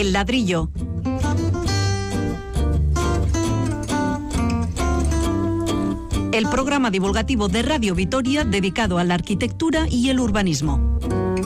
El Ladrillo. El programa divulgativo de Radio Vitoria dedicado a la arquitectura y el urbanismo.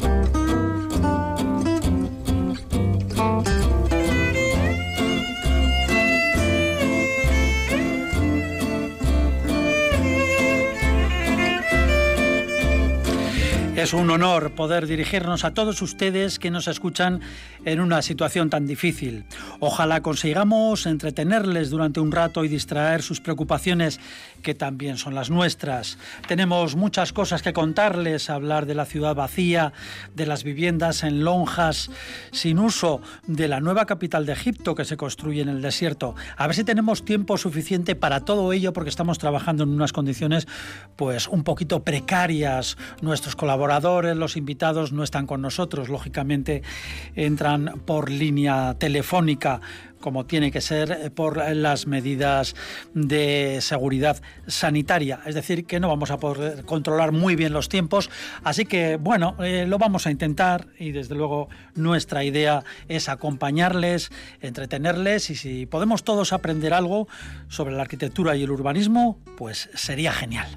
Es un honor poder dirigirnos a todos ustedes que nos escuchan en una situación tan difícil. Ojalá consigamos entretenerles durante un rato y distraer sus preocupaciones, que también son las nuestras. Tenemos muchas cosas que contarles, hablar de la ciudad vacía, de las viviendas en lonjas sin uso, de la nueva capital de Egipto que se construye en el desierto. A ver si tenemos tiempo suficiente para todo ello, porque estamos trabajando en unas condiciones pues un poquito precarias. Nuestros colaboradores, los invitados no están con nosotros, lógicamente entran por línea telefónica, como tiene que ser por las medidas de seguridad sanitaria. Es decir, que no vamos a poder controlar muy bien los tiempos, así que bueno, lo vamos a intentar y desde luego nuestra idea es acompañarles, entretenerles, y si podemos todos aprender algo sobre la arquitectura y el urbanismo, pues sería genial.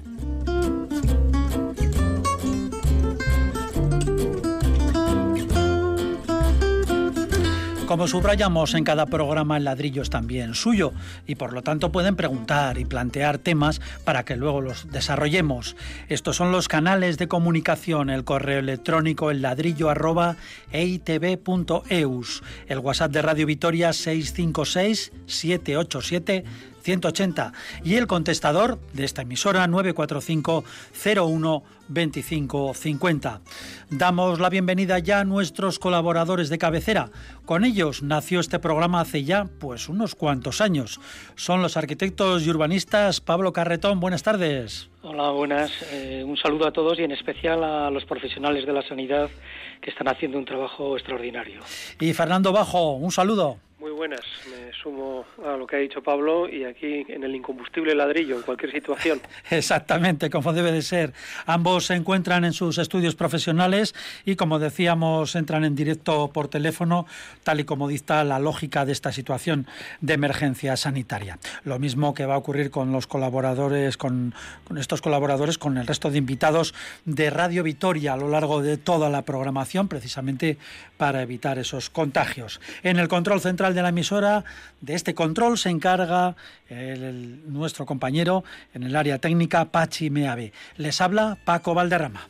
Como subrayamos en cada programa, El Ladrillo es también suyo y por lo tanto pueden preguntar y plantear temas para que luego los desarrollemos. Estos son los canales de comunicación: el correo electrónico elladrillo@eitv.eus, el WhatsApp de Radio Vitoria 656 787 180 y el contestador de esta emisora 945 01 25 50. Damos la bienvenida ya a nuestros colaboradores de cabecera. Con ellos nació este programa hace ya pues unos cuantos años. Son los arquitectos y urbanistas Pablo Carretón. Buenas tardes. Hola, buenas. Un saludo a todos y en especial a los profesionales de la sanidad que están haciendo un trabajo extraordinario. Y Fernando Bajo, un saludo. Muy buenas, me sumo a lo que ha dicho Pablo y aquí en el incombustible Ladrillo, en cualquier situación. Exactamente, como debe de ser. Ambos se encuentran en sus estudios profesionales y, como decíamos, entran en directo por teléfono, tal y como dicta la lógica de esta situación de emergencia sanitaria. Lo mismo que va a ocurrir con los colaboradores, con estos colaboradores, con el resto de invitados de Radio Vitoria a lo largo de toda la programación, precisamente para evitar esos contagios. En el control central de la emisora, de este control se encarga nuestro compañero en el área técnica, Pachi Meave. Les habla Paco Valderrama.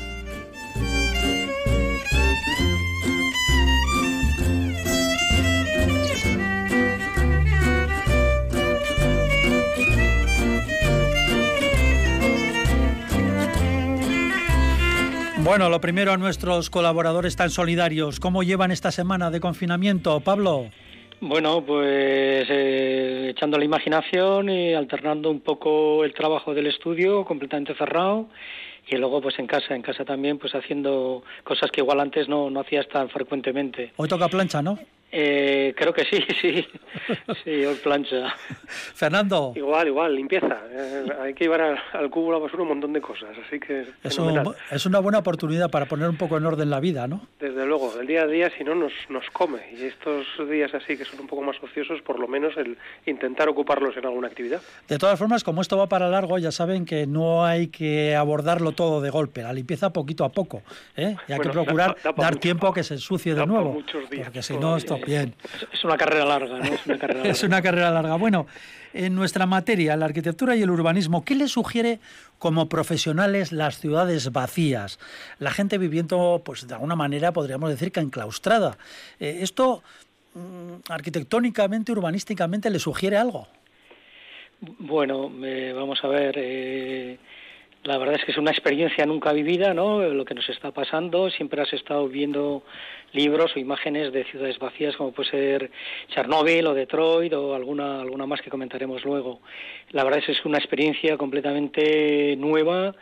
Bueno, lo primero, a nuestros colaboradores tan solidarios. ¿Cómo llevan esta semana de confinamiento, Pablo? Bueno, pues echando la imaginación y alternando un poco el trabajo del estudio completamente cerrado, y luego pues en casa también, pues haciendo cosas que igual antes no hacías tan frecuentemente. Hoy toca plancha, ¿no? Creo que sí, hoy plancha. Fernando. Igual, limpieza. Hay que llevar al cubo de la basura un montón de cosas, así que es una buena oportunidad para poner un poco en orden la vida, ¿no? Desde luego, el día a día si no nos come, y estos días así que son un poco más ociosos, por lo menos el intentar ocuparlos en alguna actividad. De todas formas, como esto va para largo, ya saben que no hay que abordarlo todo de golpe, la limpieza poquito a poco, ¿eh? Y hay que procurar dar tiempo a que se ensucie de nuevo, porque si no esto... Bien. Es una carrera larga, ¿no? Es una carrera larga. Bueno, en nuestra materia, la arquitectura y el urbanismo, ¿qué les sugiere como profesionales las ciudades vacías? La gente viviendo, pues de alguna manera, podríamos decir que enclaustrada. ¿Esto arquitectónicamente, urbanísticamente, le sugiere algo? Bueno, vamos a ver... La verdad es que es una experiencia nunca vivida, ¿no? Lo que nos está pasando. Siempre has estado viendo libros o imágenes de ciudades vacías, como puede ser Chernóbil o Detroit o alguna más que comentaremos luego. La verdad es que es una experiencia completamente nueva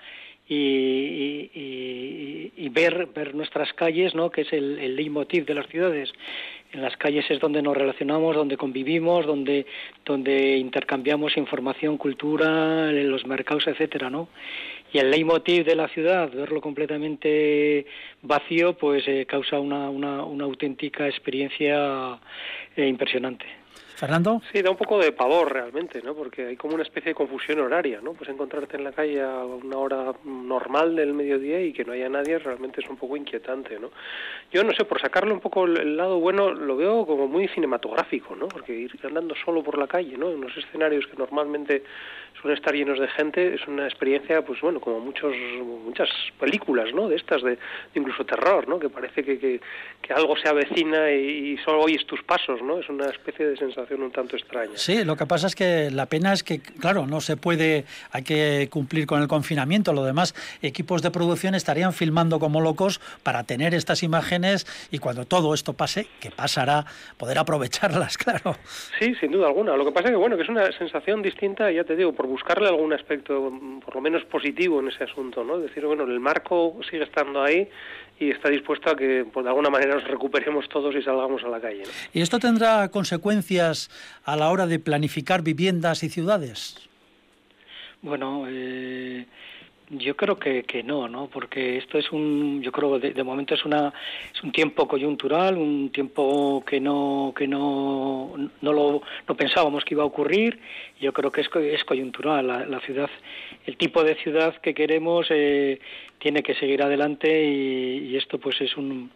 y ver nuestras calles, ¿no? Que es el leitmotiv de las ciudades. En las calles es donde nos relacionamos, donde convivimos, donde intercambiamos información, cultura, los mercados, etcétera, ¿no? Y el leitmotiv de la ciudad, verlo completamente vacío, pues causa una auténtica experiencia impresionante. Fernando. Sí, da un poco de pavor realmente, ¿no? Porque hay como una especie de confusión horaria, ¿no? Pues encontrarte en la calle a una hora normal del mediodía y que no haya nadie realmente es un poco inquietante, ¿no? Yo no sé, por sacarle un poco el lado bueno, lo veo como muy cinematográfico, ¿no? Porque ir andando solo por la calle, ¿no? En unos escenarios que normalmente suelen estar llenos de gente, es una experiencia, pues bueno, como muchas películas, ¿no? De estas, de incluso terror, ¿no? Que parece que algo se avecina y solo oyes tus pasos, ¿no? Es una especie de sensación un tanto extraña. Sí, lo que pasa es que la pena es que, claro, no se puede, hay que cumplir con el confinamiento. Lo demás, equipos de producción estarían filmando como locos para tener estas imágenes y cuando todo esto pase, que pasará, poder aprovecharlas, claro. Sí, sin duda alguna. Lo que pasa es que, bueno, que es una sensación distinta, ya te digo, por buscarle algún aspecto, por lo menos positivo en ese asunto, ¿no? Es decir, bueno, el marco sigue estando ahí y está dispuesto a que, pues, de alguna manera nos recuperemos todos y salgamos a la calle, ¿no? ¿Y esto tendrá consecuencias a la hora de planificar viviendas y ciudades? Bueno, yo creo que no, porque esto es yo creo de momento es un tiempo coyuntural, un tiempo que no pensábamos que iba a ocurrir. Yo creo que es coyuntural. La ciudad, el tipo de ciudad que queremos tiene que seguir adelante y esto pues es un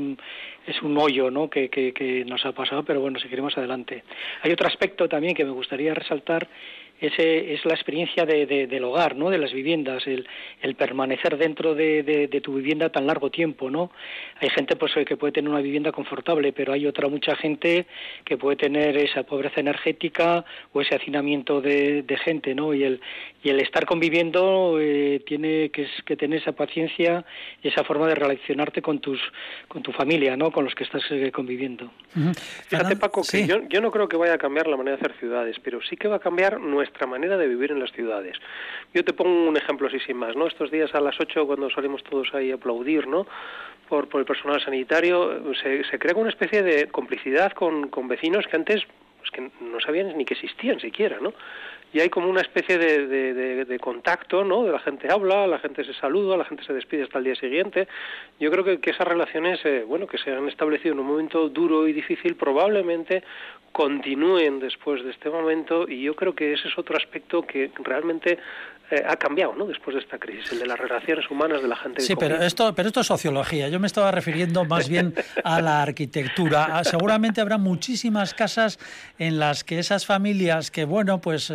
hoyo, ¿no? que nos ha pasado, pero bueno, seguiremos adelante. Hay otro aspecto también que me gustaría resaltar. Es la experiencia del hogar, ¿no? De las viviendas, el permanecer dentro de tu vivienda tan largo tiempo, ¿no? Hay gente pues que puede tener una vivienda confortable, pero hay mucha gente que puede tener esa pobreza energética o ese hacinamiento de gente, ¿no? Y el estar conviviendo tiene que tener esa paciencia y esa forma de relacionarte con tu familia, ¿no? Con los que estás conviviendo. Fíjate, Paco, que sí. yo no creo que vaya a cambiar la manera de hacer ciudades, pero sí que va a cambiar nuestra manera de vivir en las ciudades. Yo te pongo un ejemplo así sin más, ¿no? Estos días a las 8, cuando salimos todos ahí a aplaudir, ¿no? Por el personal sanitario, se crea una especie de complicidad con vecinos que antes pues, que no sabían ni que existían siquiera, ¿no? Y hay como una especie de contacto, ¿no? La gente habla, la gente se saluda, la gente se despide hasta el día siguiente. Yo creo que esas relaciones, que se han establecido en un momento duro y difícil, probablemente continúen después de este momento, y yo creo que ese es otro aspecto que realmente ha cambiado, ¿no? Después de esta crisis, el de las relaciones humanas de la gente. Sí, pero esto es sociología. Yo me estaba refiriendo más bien a la arquitectura. Seguramente habrá muchísimas casas en las que esas familias que, bueno, pues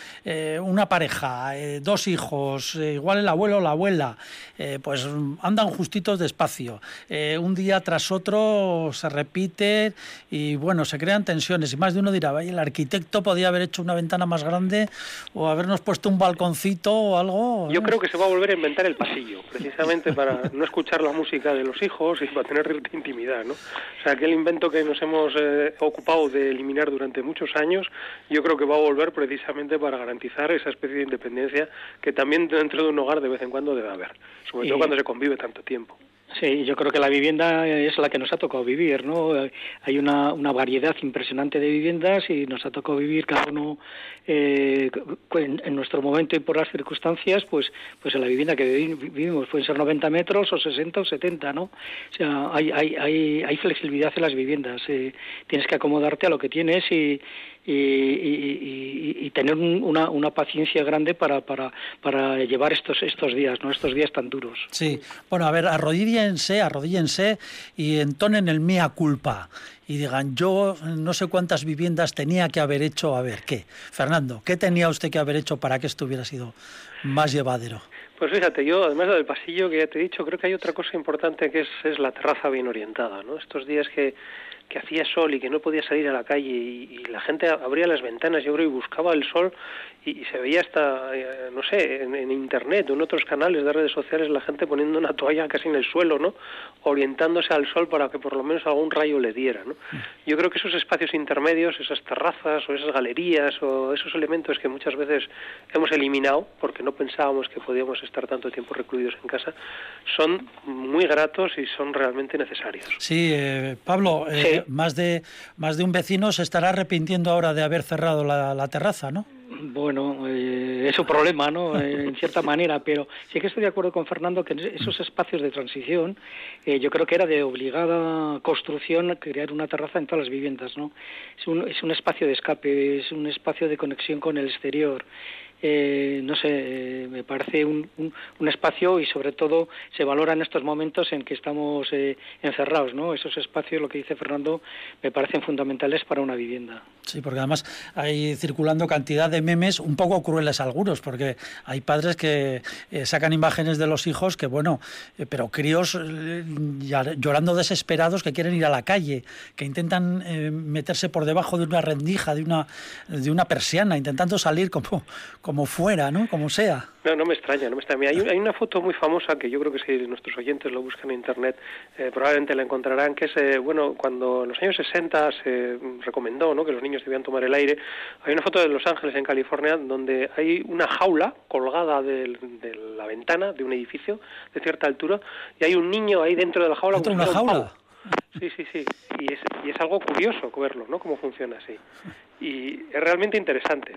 una pareja, 2 hijos, igual el abuelo o la abuela, pues andan justitos despacio. Un día tras otro se repite y, bueno, se crean tensiones. Y más de uno dirá, vaya, el arquitecto podía haber hecho una ventana más grande o habernos puesto un balconcito o algo. Yo creo que se va a volver a inventar el pasillo, precisamente para no escuchar la música de los hijos y para tener intimidad, ¿no? O sea, aquel invento que nos hemos ocupado de eliminar durante muchos años, yo creo que va a volver precisamente para garantizar esa especie de independencia que también dentro de un hogar de vez en cuando debe haber, sobre todo cuando se convive tanto tiempo. Sí, yo creo que la vivienda es la que nos ha tocado vivir, ¿no? Hay una variedad impresionante de viviendas y nos ha tocado vivir cada uno en nuestro momento y por las circunstancias, pues en la vivienda que vivimos pueden ser 90 metros o 60 o 70, ¿no? O sea, hay flexibilidad en las viviendas. Tienes que acomodarte a lo que tienes y tener una paciencia grande para llevar estos días, ¿no? Estos días tan duros. Sí, bueno, a ver, arrodíllense y entonen el mea culpa y digan, yo no sé cuántas viviendas tenía que haber hecho, a ver, ¿qué? Fernando, ¿qué tenía usted que haber hecho para que esto hubiera sido más llevadero? Pues fíjate, yo además del pasillo que ya te he dicho, creo que hay otra cosa importante que es la terraza bien orientada, ¿no? Estos días que que hacía sol y que no podía salir a la calle y la gente abría las ventanas, yo creo, y buscaba el sol y se veía hasta, no sé, en internet o en otros canales de redes sociales la gente poniendo una toalla casi en el suelo, ¿no? Orientándose al sol para que por lo menos algún rayo le diera, ¿no? Yo creo que esos espacios intermedios, esas terrazas o esas galerías o esos elementos que muchas veces hemos eliminado porque no pensábamos que podíamos estar tanto tiempo recluidos en casa, son muy gratos y son realmente necesarios. Sí, Pablo, Sí. Más de un vecino se estará arrepintiendo ahora de haber cerrado la terraza, ¿no? Bueno, es un problema, ¿no? En cierta manera, pero sí que estoy de acuerdo con Fernando que en esos espacios de transición, yo creo que era de obligada construcción crear una terraza en todas las viviendas, ¿no? Es un espacio de escape, es un espacio de conexión con el exterior. No sé, me parece un espacio y sobre todo se valora en estos momentos en que estamos encerrados, ¿no? Esos espacios, lo que dice Fernando, me parecen fundamentales para una vivienda. Sí, porque además hay circulando cantidad de memes un poco crueles algunos, porque hay padres que sacan imágenes de los hijos que, bueno, pero críos llorando desesperados que quieren ir a la calle, que intentan meterse por debajo de una rendija, de una persiana, intentando salir como fuera, ¿no? Como sea. No me extraña. Hay una foto muy famosa que yo creo que si nuestros oyentes lo buscan en internet probablemente la encontrarán, que es, cuando en los años 60 se recomendó, ¿no?, que los niños debían tomar el aire. Hay una foto de Los Ángeles, en California, donde hay una jaula colgada de la ventana de un edificio de cierta altura y hay un niño ahí dentro de la jaula. ¿Dentro de una jaula? Sí. Y es algo curioso verlo, ¿no?, cómo funciona así. Y es realmente interesante.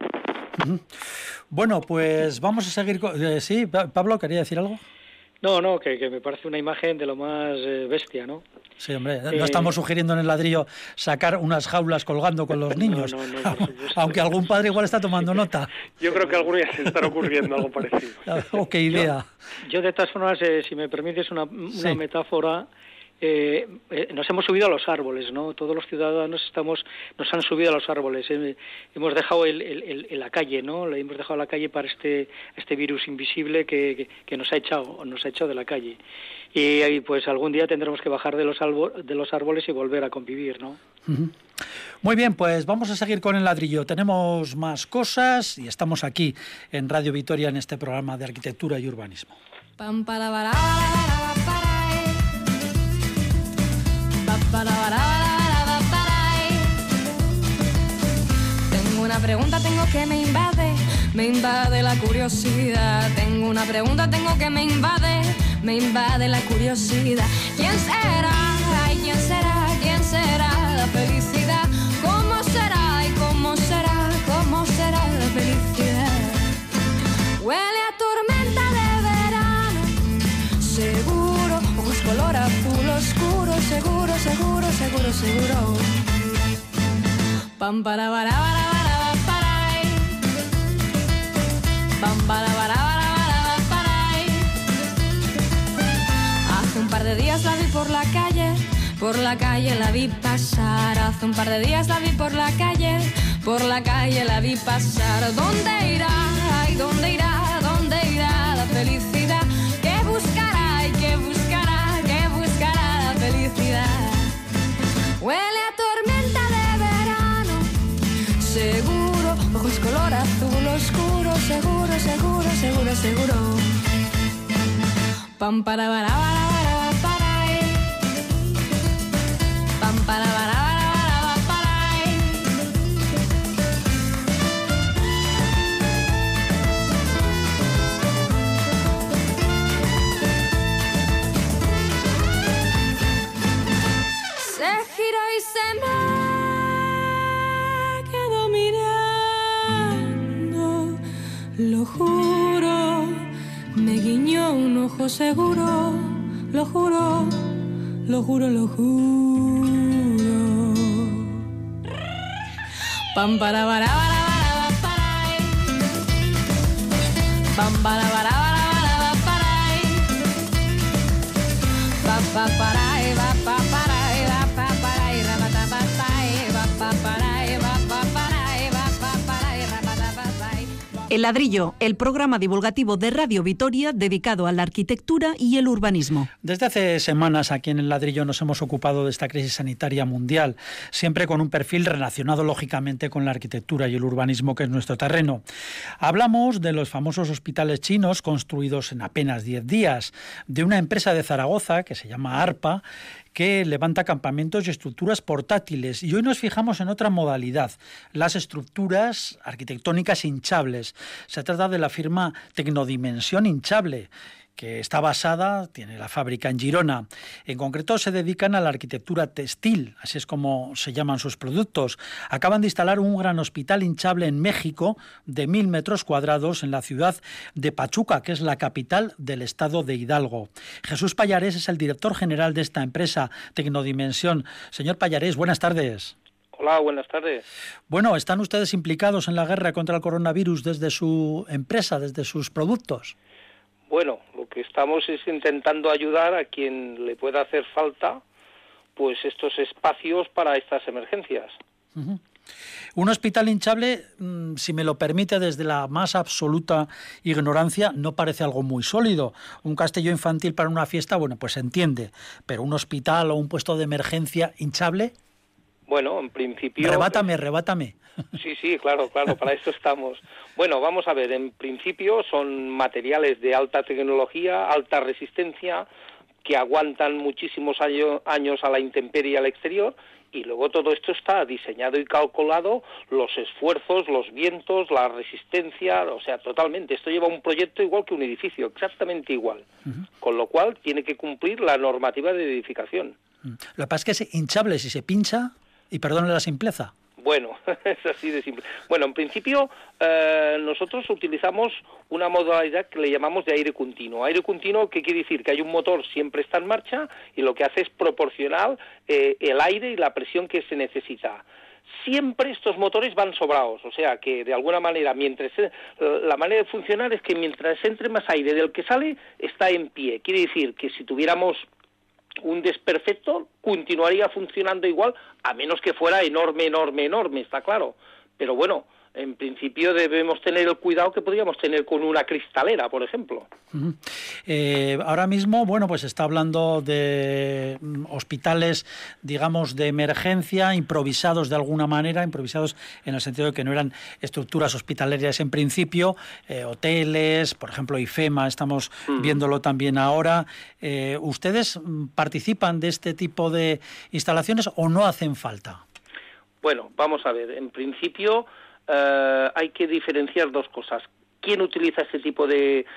Bueno, pues vamos a seguir con... sí, Pablo, ¿quería decir algo? No, que me parece una imagen de lo más bestia, ¿no? Sí, hombre, no estamos sugiriendo en el ladrillo sacar unas jaulas colgando con los niños, No, por supuesto. Aunque algún padre igual está tomando nota. Yo creo que a alguno ya se estará ocurriendo algo parecido. Oh, qué idea. Yo de todas formas, si me permites una metáfora, nos hemos subido a los árboles, ¿no? Todos los ciudadanos nos han subido a los árboles. Hemos dejado la calle, ¿no? Le hemos dejado la calle para este virus invisible que nos ha echado de la calle. Y pues algún día tendremos que bajar de los árboles y volver a convivir, ¿no? Muy bien, pues vamos a seguir con el ladrillo. Tenemos más cosas y estamos aquí en Radio Vitoria en este programa de arquitectura y urbanismo. Tengo una pregunta, me invade la curiosidad. Tengo una pregunta, me invade la curiosidad. ¿Quién será? Ay, ¿quién será? ¿Quién será la felicidad? ¿Cómo será? ¿Y cómo será? ¿Cómo será la felicidad? Huele a tormenta de verano, seguro, ojos color azul oscuro, seguro. Pam para bara bara bara parai. Pam para bara bara parai. Hace un par de días la vi por la calle la vi pasar. Hace un par de días la vi por la calle la vi pasar. ¿Dónde irá? Ay, ¿dónde irá? ¿Dónde irá la felicidad? ¿Qué buscará? ¿Y qué buscará? ¿Qué buscará la felicidad? Huele a tormenta de verano, seguro, ojos color azul oscuro, seguro. Pam para bara bara bara parai. Pam para bara bara bara parai. Se giró y se me quedó mirando, lo juro, me guiñó un ojo seguro, lo juro. Pam para bara bara bara parai. Pam para bara bara bara parai. Pa pa parai, va pa parai, va pa parai, rabata patai, va pa parai, va pa parai, va pa parai, rabata patai. El Ladrillo, el programa divulgativo de Radio Vitoria dedicado a la arquitectura y el urbanismo. Desde hace semanas aquí en El Ladrillo nos hemos ocupado de esta crisis sanitaria mundial, siempre con un perfil relacionado lógicamente con la arquitectura y el urbanismo, que es nuestro terreno. Hablamos de los famosos hospitales chinos construidos en apenas 10 días, de una empresa de Zaragoza que se llama ARPA, que levanta campamentos y estructuras portátiles. Y hoy nos fijamos en otra modalidad, las estructuras arquitectónicas hinchables. Se trata de la firma Tecnodimensión Hinchable, que está basada, tiene la fábrica en Girona. En concreto se dedican a la arquitectura textil, así es como se llaman sus productos. Acaban de instalar un gran hospital hinchable en México de 1.000 metros cuadrados en la ciudad de Pachuca, que es la capital del estado de Hidalgo. Jesús Pallarés es el director general de esta empresa, Tecnodimensión. Señor Pallarés, buenas tardes. Hola, buenas tardes. Bueno, ¿están ustedes implicados en la guerra contra el coronavirus desde su empresa, desde sus productos? Bueno, lo que estamos es intentando ayudar a quien le pueda hacer falta pues estos espacios para estas emergencias. Uh-huh. Un hospital hinchable, si me lo permite, desde la más absoluta ignorancia, no parece algo muy sólido. Un castillo infantil para una fiesta, bueno, pues se entiende, pero un hospital o un puesto de emergencia hinchable... Bueno, en principio... Rebátame. Sí, claro, para eso estamos. Bueno, vamos a ver, en principio son materiales de alta tecnología, alta resistencia, que aguantan muchísimos años a la intemperie y al exterior, y luego todo esto está diseñado y calculado, los esfuerzos, los vientos, la resistencia, o sea, totalmente. Esto lleva un proyecto igual que un edificio, exactamente igual, con lo cual tiene que cumplir la normativa de edificación. Lo que pasa es que es hinchable, si se pincha, y perdone la simpleza. Bueno, es así de simple. Bueno, en principio nosotros utilizamos una modalidad que le llamamos de aire continuo. Aire continuo, ¿qué quiere decir? Que hay un motor, siempre está en marcha, y lo que hace es proporcionar el aire y la presión que se necesita. Siempre estos motores van sobrados, o sea que de alguna manera, la manera de funcionar es que mientras entre más aire del que sale, está en pie. Quiere decir que si tuviéramos un desperfecto, continuaría funcionando igual, a menos que fuera enorme, está claro. Pero bueno, en principio debemos tener el cuidado que podríamos tener con una cristalera, por ejemplo. Uh-huh. Ahora mismo, bueno, pues está hablando de hospitales, digamos, de emergencia, improvisados de alguna manera, improvisados en el sentido de que no eran estructuras hospitalarias en principio, hoteles, por ejemplo, IFEMA, estamos viéndolo también ahora. ¿Ustedes participan de este tipo de instalaciones o no hacen falta? Bueno, vamos a ver, en principio... hay que diferenciar dos cosas. ¿Quién utiliza este tipo de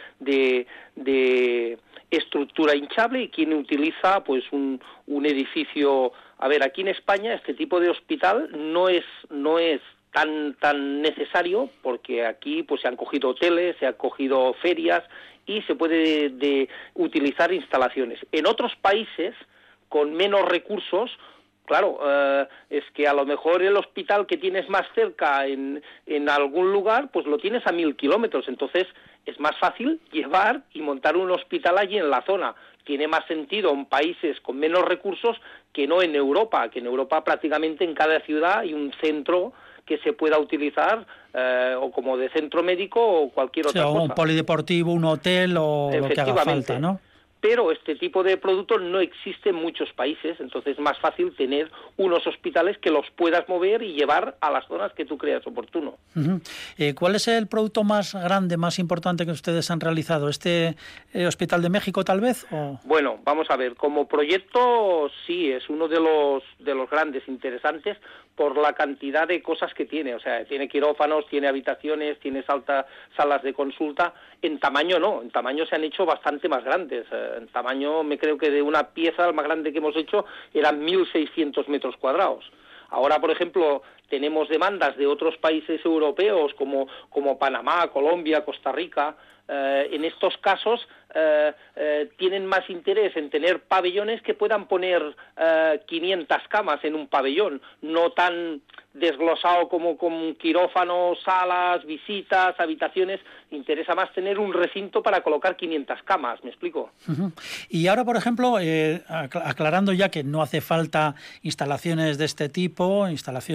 estructura hinchable y quién utiliza pues un edificio? A ver, aquí en España este tipo de hospital no es tan necesario, porque aquí pues se han cogido hoteles, se han cogido ferias y se puede utilizar instalaciones. En otros países con menos recursos, claro, es que a lo mejor el hospital que tienes más cerca en algún lugar, pues lo tienes a 1.000 kilómetros, entonces es más fácil llevar y montar un hospital allí en la zona. Tiene más sentido en países con menos recursos que no en Europa, que en Europa prácticamente en cada ciudad hay un centro que se pueda utilizar o como de centro médico o cualquier otra cosa. Un polideportivo, un hotel o lo que haga falta, ¿no? Pero este tipo de productos no existe en muchos países, entonces es más fácil tener unos hospitales que los puedas mover y llevar a las zonas que tú creas oportuno. Uh-huh. ¿Cuál es el producto más grande, más importante que ustedes han realizado? ¿Este Hospital de México tal vez? ¿O? Bueno, vamos a ver, como proyecto sí, es uno de los grandes interesantes por la cantidad de cosas que tiene, o sea, tiene quirófanos, tiene habitaciones, tiene salas de consulta. En tamaño no, en tamaño se han hecho bastante más grandes. En tamaño me creo que de una pieza, el más grande que hemos hecho, eran 1.600 metros cuadrados. Ahora, por ejemplo, tenemos demandas de otros países europeos como Panamá, Colombia, Costa Rica. En estos casos tienen más interés en tener pabellones que puedan poner 500 camas en un pabellón, no tan desglosado como con quirófanos, salas, visitas, habitaciones. Interesa más tener un recinto para colocar 500 camas, ¿me explico? Uh-huh. Y ahora, por ejemplo, aclarando ya que no hace falta instalaciones de este tipo, instalaciones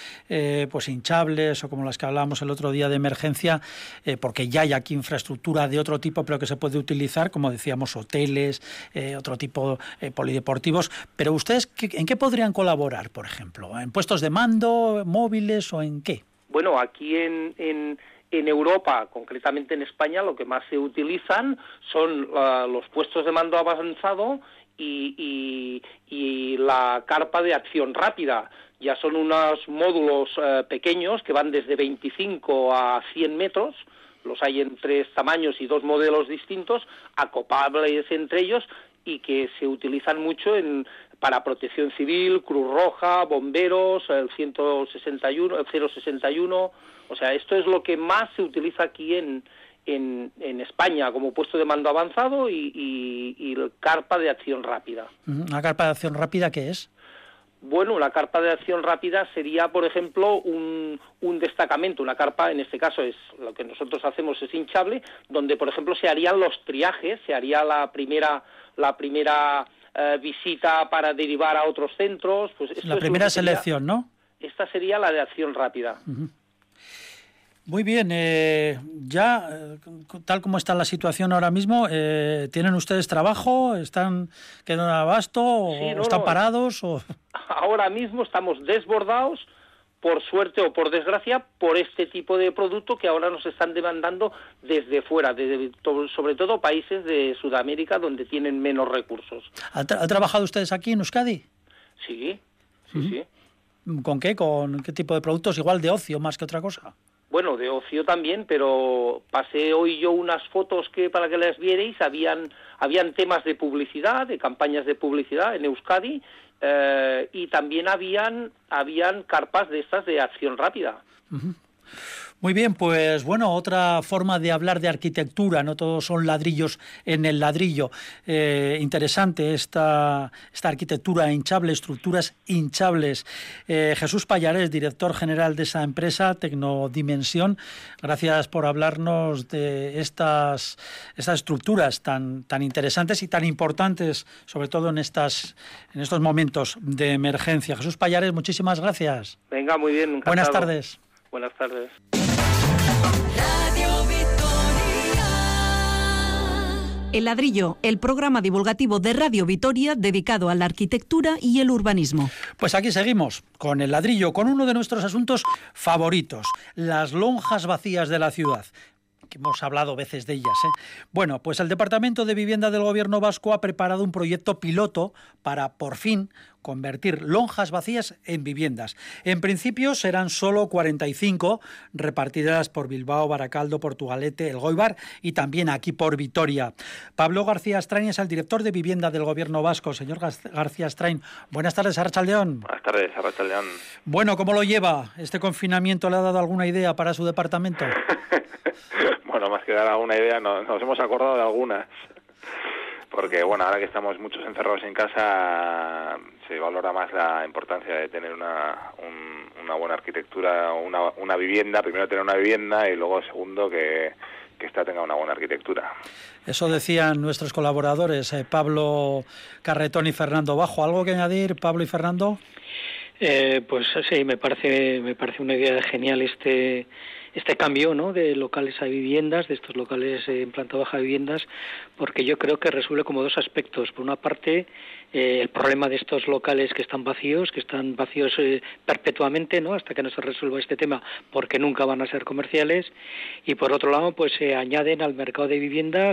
pues hinchables o como las que hablábamos el otro día de emergencia, porque ya hay aquí infraestructura de otro tipo, pero que se puede utilizar, como decíamos, hoteles, otro tipo polideportivos. Pero ustedes, ¿en qué podrían colaborar, por ejemplo? ¿En puestos de mando, móviles o en qué? Bueno, aquí en Europa, concretamente en España, lo que más se utilizan son los puestos de mando avanzado y la carpa de acción rápida. Ya son unos módulos pequeños que van desde 25 a 100 metros, los hay en 3 tamaños y 2 modelos distintos, acoplables entre ellos, y que se utilizan mucho para protección civil, Cruz Roja, bomberos, el 061, o sea, esto es lo que más se utiliza aquí en España como puesto de mando avanzado y carpa de acción rápida. ¿Una carpa de acción rápida qué es? Bueno, la carpa de acción rápida sería, por ejemplo, un destacamento. Una carpa, en este caso, es lo que nosotros hacemos, es hinchable, donde, por ejemplo, se harían los triajes, se haría la primera visita para derivar a otros centros. Pues esto la primera selección, ¿no? Esta sería la de acción rápida. Uh-huh. Muy bien, tal como está la situación ahora mismo, ¿tienen ustedes trabajo? ¿Están quedando abasto o están parados? O... Ahora mismo estamos desbordados, por suerte o por desgracia, por este tipo de producto que ahora nos están demandando desde fuera, sobre todo países de Sudamérica donde tienen menos recursos. ¿Han trabajado ustedes aquí en Euskadi? Sí. ¿Con qué? ¿Con qué tipo de productos? Igual de ocio más que otra cosa. Bueno, de ocio también, pero pasé hoy yo unas fotos que para que las vierais, habían temas de publicidad, de campañas de publicidad en Euskadi, y también habían carpas de estas de acción rápida. Uh-huh. Muy bien, pues bueno, otra forma de hablar de arquitectura, no todos son ladrillos en el ladrillo. Interesante esta arquitectura hinchable, estructuras hinchables. Jesús Pallares, director general de esa empresa, Tecnodimensión, gracias por hablarnos de estas estructuras tan interesantes y tan importantes, sobre todo en estos momentos de emergencia. Jesús Pallares, muchísimas gracias. Venga, muy bien. Encantado. Buenas tardes. Buenas tardes. El ladrillo, el programa divulgativo de Radio Vitoria dedicado a la arquitectura y el urbanismo. Pues aquí seguimos con el ladrillo, con uno de nuestros asuntos favoritos, las lonjas vacías de la ciudad, que hemos hablado veces de ellas. Bueno, pues el Departamento de Vivienda del Gobierno Vasco ha preparado un proyecto piloto para, por fin, convertir lonjas vacías en viviendas. En principio serán solo 45, repartidas por Bilbao, Baracaldo, Portugalete, Elgoibar y también aquí por Vitoria. Pablo García Astrain es el director de Vivienda del Gobierno Vasco. Señor García Astrain, buenas tardes, Arratsaldeón. Buenas tardes, Arratsaldeón. Bueno, ¿cómo lo lleva? ¿Este confinamiento le ha dado alguna idea para su departamento? Bueno, más que dar alguna idea, nos hemos acordado de algunas. Porque, bueno, ahora que estamos muchos encerrados en casa, se valora más la importancia de tener una buena arquitectura, una vivienda. Primero tener una vivienda y luego, segundo, que ésta tenga una buena arquitectura. Eso decían nuestros colaboradores, Pablo Carretón y Fernando Bajo. ¿Algo que añadir, Pablo y Fernando? Pues sí, me parece una idea genial este cambio, ¿no?, de locales a viviendas, de estos locales en planta baja a viviendas, porque yo creo que resuelve como dos aspectos. Por una parte, el problema de estos locales que están vacíos perpetuamente, ¿no?, hasta que no se resuelva este tema, porque nunca van a ser comerciales, y por otro lado, pues se añaden al mercado de viviendas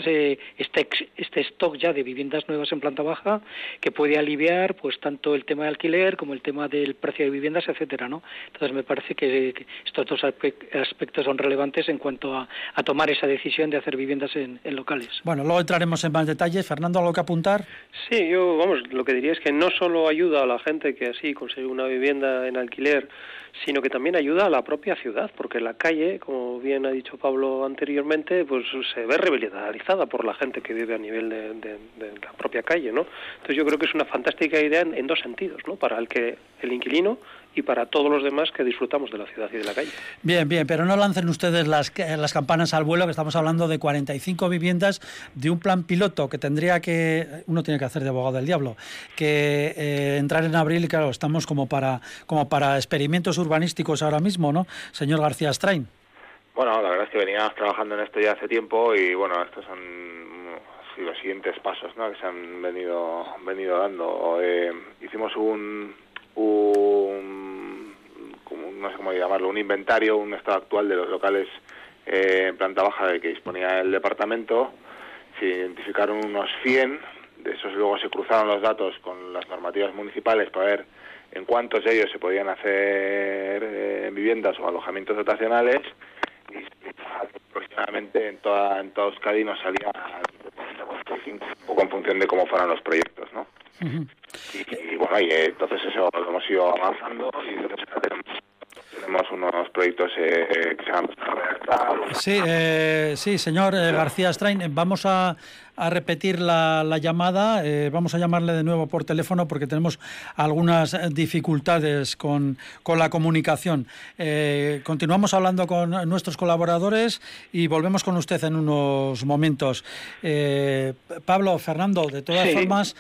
este stock ya de viviendas nuevas en planta baja, que puede aliviar pues tanto el tema de alquiler como el tema del precio de viviendas, etcétera, ¿no? Entonces me parece que estos dos aspectos son relevantes en cuanto a tomar esa decisión de hacer viviendas en locales. Bueno, luego entraremos en más detalles. Fernando, ¿algo que apuntar? Sí, yo, lo que diría es que no solo ayuda a la gente que así consigue una vivienda en alquiler, sino que también ayuda a la propia ciudad, porque la calle, como bien ha dicho Pablo anteriormente, pues se ve revitalizada por la gente que vive a nivel de la propia calle, ¿no? Entonces yo creo que es una fantástica idea en dos sentidos, ¿no? Para el inquilino y para todos los demás que disfrutamos de la ciudad y de la calle. Bien, pero no lancen ustedes las campanas al vuelo, que estamos hablando de 45 viviendas de un plan piloto que uno tiene que hacer de abogado del diablo, que entrar en abril, y claro, estamos como para experimentos urbanísticos ahora mismo, ¿no, señor García Strain? Bueno, la verdad es que veníamos trabajando en esto ya hace tiempo y bueno, estos son los siguientes pasos, ¿no?, que se han venido dando. Hicimos no sé cómo llamarlo, un inventario, un estado actual de los locales en planta baja de que disponía el departamento. Se identificaron unos 100, de esos luego se cruzaron los datos con las normativas municipales para ver en cuántos de ellos se podían hacer viviendas o alojamientos dotacionales, y aproximadamente en toda Euskadi nos salía un poco en función de cómo fueran los proyectos, ¿no? Uh-huh. Y bueno, y entonces eso lo hemos ido avanzando y entonces tenemos unos proyectos que se van a redactar. Sí, señor García Strain, vamos a repetir la llamada, vamos a llamarle de nuevo por teléfono porque tenemos algunas dificultades con la comunicación. Continuamos hablando con nuestros colaboradores y volvemos con usted en unos momentos. Pablo, Fernando, de todas formas,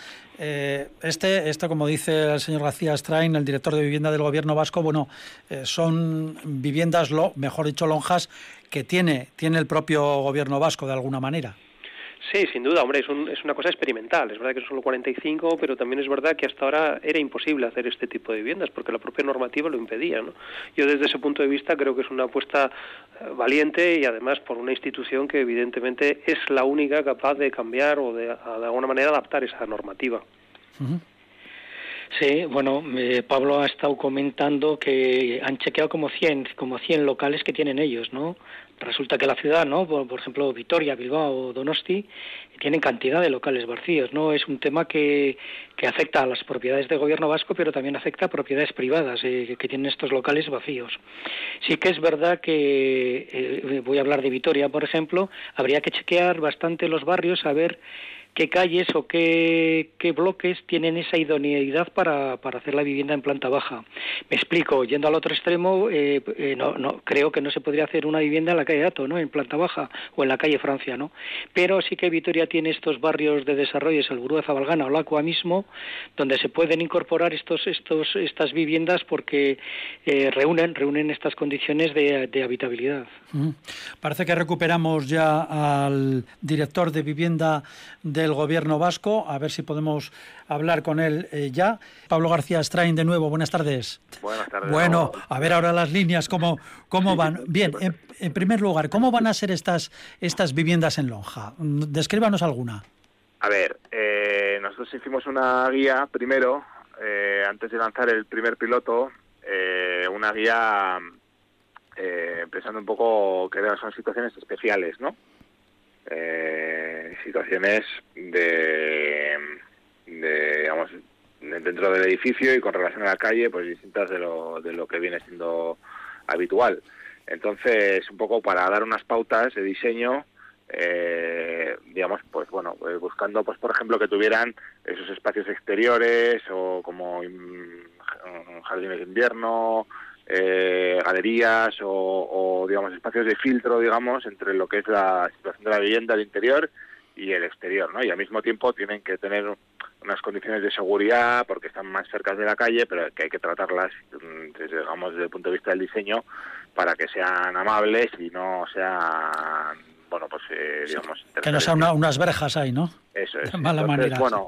esto, como dice el señor García Strain, el director de vivienda del Gobierno vasco, bueno, son viviendas, mejor dicho, lonjas, que tiene el propio Gobierno vasco de alguna manera. Sí, sin duda, hombre, es una cosa experimental. Es verdad que son solo 45, pero también es verdad que hasta ahora era imposible hacer este tipo de viviendas porque la propia normativa lo impedía, ¿no? Yo desde ese punto de vista creo que es una apuesta valiente y además por una institución que evidentemente es la única capaz de cambiar o de alguna manera adaptar esa normativa. Uh-huh. Sí, bueno, Pablo ha estado comentando que han chequeado como 100 locales que tienen ellos, ¿no? Resulta que la ciudad, ¿no?, por ejemplo, Vitoria, Bilbao o Donosti, tienen cantidad de locales vacíos, ¿no? Es un tema que afecta a las propiedades del Gobierno vasco, pero también afecta a propiedades privadas que tienen estos locales vacíos. Sí que es verdad que, voy a hablar de Vitoria, por ejemplo, habría que chequear bastante los barrios a ver qué calles o qué bloques tienen esa idoneidad para hacer la vivienda en planta baja. Me explico, yendo al otro extremo, no creo que no se podría hacer una vivienda en la calle Dato, ¿no?, en planta baja, o en la calle Francia, ¿no? Pero sí que Vitoria tiene estos barrios de desarrollo, el Burú de Zabalgana o Lacua mismo, donde se pueden incorporar estas viviendas porque reúnen estas condiciones de habitabilidad. Parece que recuperamos ya al director de vivienda del Gobierno vasco, a ver si podemos hablar con él ya. Pablo García Strain, de nuevo, buenas tardes. Buenas tardes. Bueno, a ver ahora las líneas, ¿cómo van? Bien, en primer lugar, ¿cómo van a ser estas viviendas en lonja? Descríbanos alguna. A ver, nosotros hicimos una guía primero, antes de lanzar el primer piloto, una guía pensando un poco que son situaciones especiales, ¿no? Situaciones digamos, dentro del edificio y con relación a la calle, pues distintas de lo que viene siendo habitual. Entonces, un poco para dar unas pautas de diseño, digamos, pues bueno, buscando, pues por ejemplo, que tuvieran esos espacios exteriores o como jardines de invierno, galerías o digamos espacios de filtro, digamos, entre lo que es la situación de la vivienda, el interior y el exterior, ¿no? Y al mismo tiempo tienen que tener unas condiciones de seguridad porque están más cerca de la calle, pero que hay que tratarlas desde el punto de vista del diseño para que sean amables y no sean, bueno, pues digamos, que no sean unas verjas ahí, ¿no? Eso es. De mala manera. Bueno,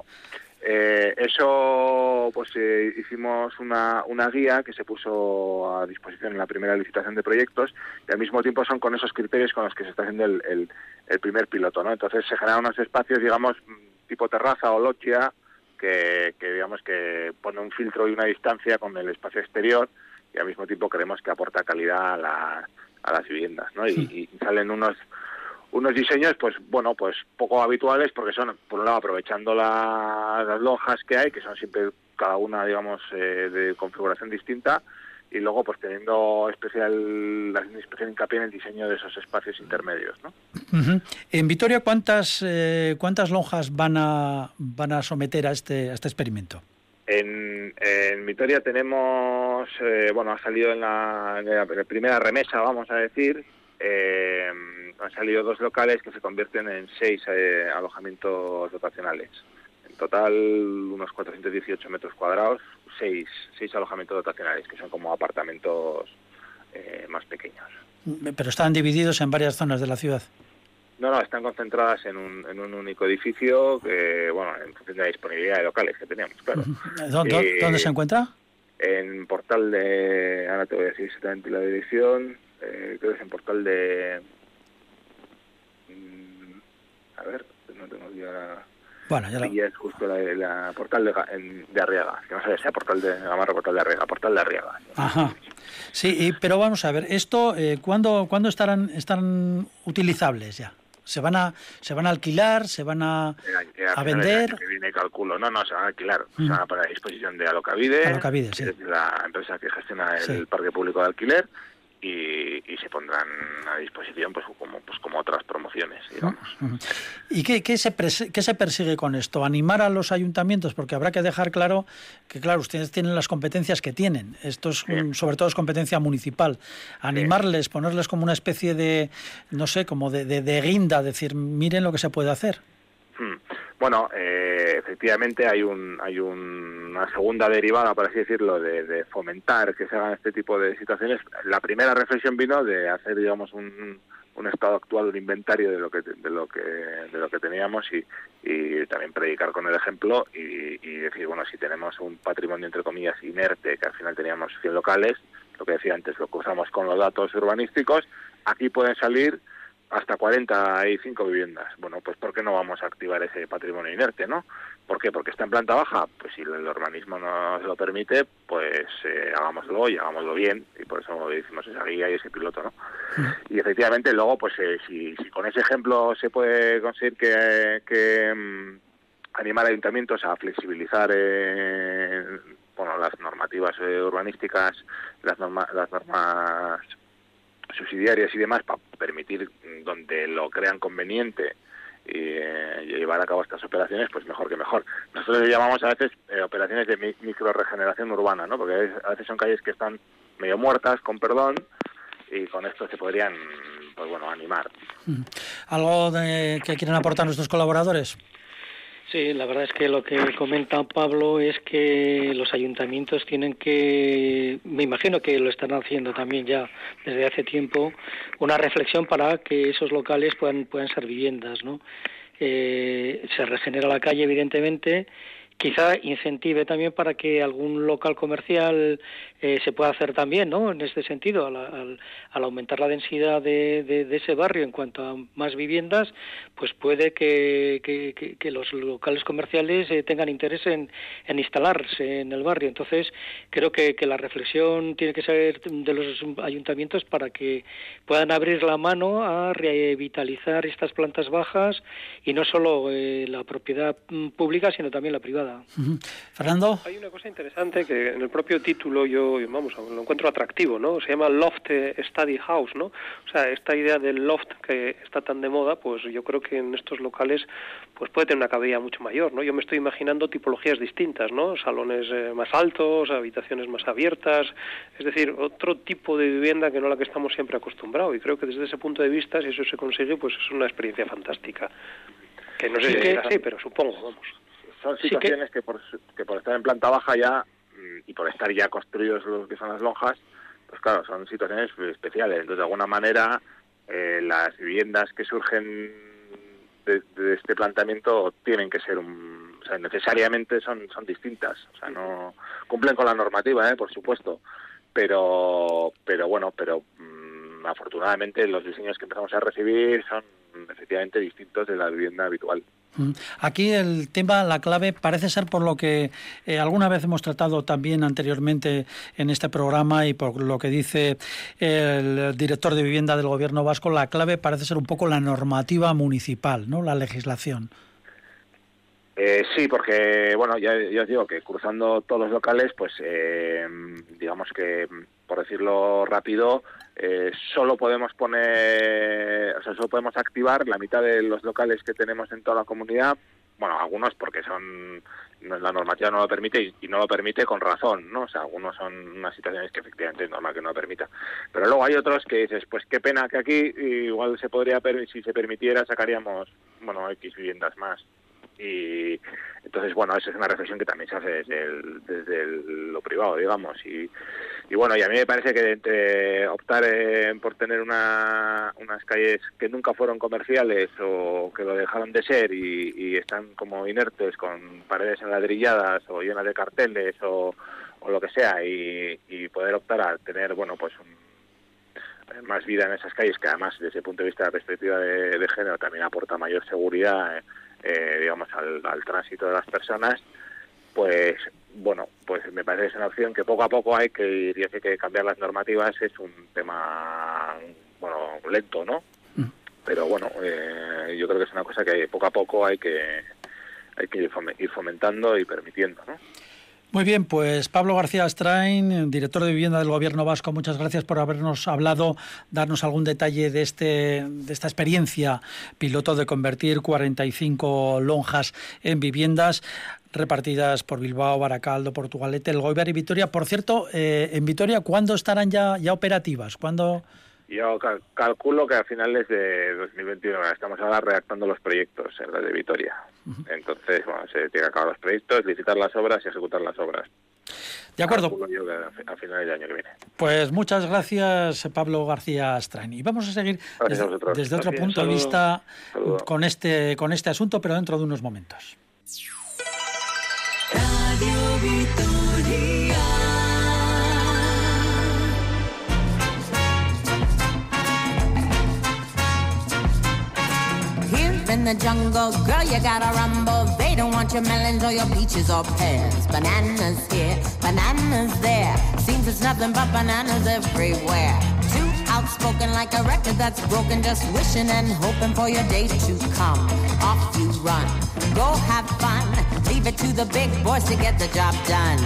eso, pues hicimos una guía que se puso a disposición en la primera licitación de proyectos y al mismo tiempo son con esos criterios con los que se está haciendo el primer piloto, ¿no? Entonces se generan unos espacios, digamos, tipo terraza o loggia que digamos que pone un filtro y una distancia con el espacio exterior y al mismo tiempo creemos que aporta calidad a las viviendas, ¿no? Y salen unos diseños, pues bueno, pues poco habituales porque son, por un lado, aprovechando las lonjas que hay, que son siempre cada una, digamos, de configuración distinta, y luego pues teniendo especial hincapié en el diseño de esos espacios intermedios, ¿no? Uh-huh. En Vitoria, ¿cuántas lonjas van a someter a este experimento? En Vitoria tenemos ha salido en la primera remesa, vamos a decir, han salido 2 locales que se convierten en 6 alojamientos dotacionales. En total, unos 418 metros cuadrados, 6 alojamientos dotacionales, que son como apartamentos más pequeños. Pero están divididos en varias zonas de la ciudad. No, están concentradas en un único edificio, que, en función de la disponibilidad de locales que teníamos, claro. ¿Dónde se encuentra? En Portal de... Ahora te voy a decir exactamente la dirección. Creo que es en Portal de... a ver, no tengo idea. Bueno, ya es justo la Portal de Arriaga. Que no sé si sea Portal de Gamarra, Portal de Arriaga. Ajá. Sí, pero vamos a ver, esto, ¿cuándo estarán utilizables ya? ¿Se van a alquilar? ¿Se van a vender? Que viene, calculo. No, se van a alquilar. Se van a poner a disposición de Alokabide, sí. Es la empresa que gestiona el parque público de alquiler, y se pondrán a disposición pues como otras promociones, digamos. ¿Y qué se persigue con esto? ¿Animar a los ayuntamientos? Porque habrá que dejar claro que, ustedes tienen las competencias que tienen. Esto es sobre todo es competencia municipal. Animarles, ponerles como una especie de, no sé, como de guinda, decir, miren lo que se puede hacer. Bueno, efectivamente hay una segunda derivada, por así decirlo, de fomentar que se hagan este tipo de situaciones. La primera reflexión vino de hacer, digamos, un estado actual, un inventario de lo que teníamos y también predicar con el ejemplo y decir, si tenemos un patrimonio, entre comillas, inerte, que al final teníamos 100 locales, lo que decía antes, lo cruzamos con los datos urbanísticos, aquí pueden salir hasta 45 viviendas. Bueno, pues ¿por qué no vamos a activar ese patrimonio inerte, no? ¿Por qué? Porque está en planta baja. Pues si el urbanismo nos lo permite, pues hagámoslo y hagámoslo bien. Y por eso hicimos esa guía y ese piloto, ¿no? Y efectivamente luego, pues si con ese ejemplo se puede conseguir que animar a ayuntamientos a flexibilizar las normativas urbanísticas, las normas subsidiarias y demás, para permitir, donde lo crean conveniente, llevar a cabo estas operaciones, pues mejor que mejor. Nosotros le llamamos a veces operaciones de microregeneración urbana, ¿no? Porque a veces son calles que están medio muertas, con perdón, y con esto se podrían, animar. ¿Algo que quieren aportar nuestros colaboradores? Sí, la verdad es que lo que comenta Pablo es que los ayuntamientos tienen que, me imagino que lo están haciendo también ya desde hace tiempo, una reflexión para que esos locales puedan ser viviendas, ¿no? Se regenera la calle, evidentemente. Quizá incentive también para que algún local comercial se pueda hacer también, ¿no? En este sentido, al aumentar la densidad de ese barrio en cuanto a más viviendas, pues puede que los locales comerciales tengan interés en instalarse en el barrio. Entonces, creo que la reflexión tiene que ser de los ayuntamientos para que puedan abrir la mano a revitalizar estas plantas bajas y no solo la propiedad pública, sino también la privada. Fernando. Hay una cosa interesante que en el propio título yo lo encuentro atractivo, ¿no? Se llama Loft Study House, ¿no? O sea, esta idea del loft que está tan de moda, pues yo creo que en estos locales pues puede tener una cabida mucho mayor, ¿no? Yo me estoy imaginando tipologías distintas, ¿no? Salones más altos, habitaciones más abiertas, es decir, otro tipo de vivienda que no la que estamos siempre acostumbrados, y creo que desde ese punto de vista, si eso se consigue, pues es una experiencia fantástica. Que no sé si es así, pero supongo, vamos. Son situaciones que por estar en planta baja ya y por estar ya construidos los que son las lonjas, pues claro, son situaciones especiales. Entonces, de alguna manera, las viviendas que surgen de este planteamiento tienen que ser necesariamente son distintas. O sea, no cumplen con la normativa, por supuesto, pero afortunadamente los diseños que empezamos a recibir son efectivamente distintos de la vivienda habitual. Aquí el tema, la clave, parece ser, por lo que alguna vez hemos tratado también anteriormente en este programa y por lo que dice el director de vivienda del Gobierno vasco, la clave parece ser un poco la normativa municipal, ¿no? La legislación. Sí, porque, ya os digo que cruzando todos los locales, pues digamos que, por decirlo rápido, solo podemos solo podemos activar la mitad de los locales que tenemos en toda la comunidad bueno, algunos porque la normativa no lo permite y no lo permite con razón, ¿no? O sea, algunos son unas situaciones que efectivamente es normal que no lo permita. Pero luego hay otros que dices, pues qué pena que aquí igual se podría, si se permitiera, sacaríamos, bueno, X viviendas más. Y entonces, bueno, esa es una reflexión que también se hace desde lo privado, digamos. Y bueno, y a mí me parece que entre optar por tener unas calles que nunca fueron comerciales o que lo dejaron de ser y están como inertes con paredes enladrilladas o llenas de carteles o lo que sea, y poder optar a tener, bueno, pues más vida en esas calles, que además desde el punto de vista de la perspectiva de género también aporta mayor seguridad, digamos, al tránsito de las personas, pues bueno, pues me parece que es una opción que poco a poco hay que ir, y así que cambiar las normativas es un tema, bueno, lento, ¿no? Pero bueno, yo creo que es una cosa que poco a poco hay que ir fomentando y permitiendo, ¿no? Muy bien, pues Pablo García Astrain, director de Vivienda del Gobierno Vasco, muchas gracias por habernos hablado, darnos algún detalle de esta experiencia piloto de convertir 45 lonjas en viviendas repartidas por Bilbao, Baracaldo, Portugalete, El Goibar y Vitoria. Por cierto, en Vitoria, ¿cuándo estarán ya operativas? ¿Cuándo? Yo calculo que a finales de 2021, estamos ahora redactando los proyectos en la de Vitoria. Entonces, bueno, se tiene que acabar los proyectos, licitar las obras y ejecutar las obras. De acuerdo. Calculo yo que a finales del año que viene. Pues muchas gracias, Pablo García Astrain. Y vamos a seguir desde otro punto de vista con este asunto, pero dentro de unos momentos. Radio Vitoria. In the jungle, girl, you gotta rumble. They don't want your melons or your peaches or pears. Bananas here, bananas there. Seems there's nothing but bananas everywhere. Too outspoken like a record that's broken. Just wishing and hoping for your day to come. Off you run, go have fun. Leave it to the big boys to get the job done.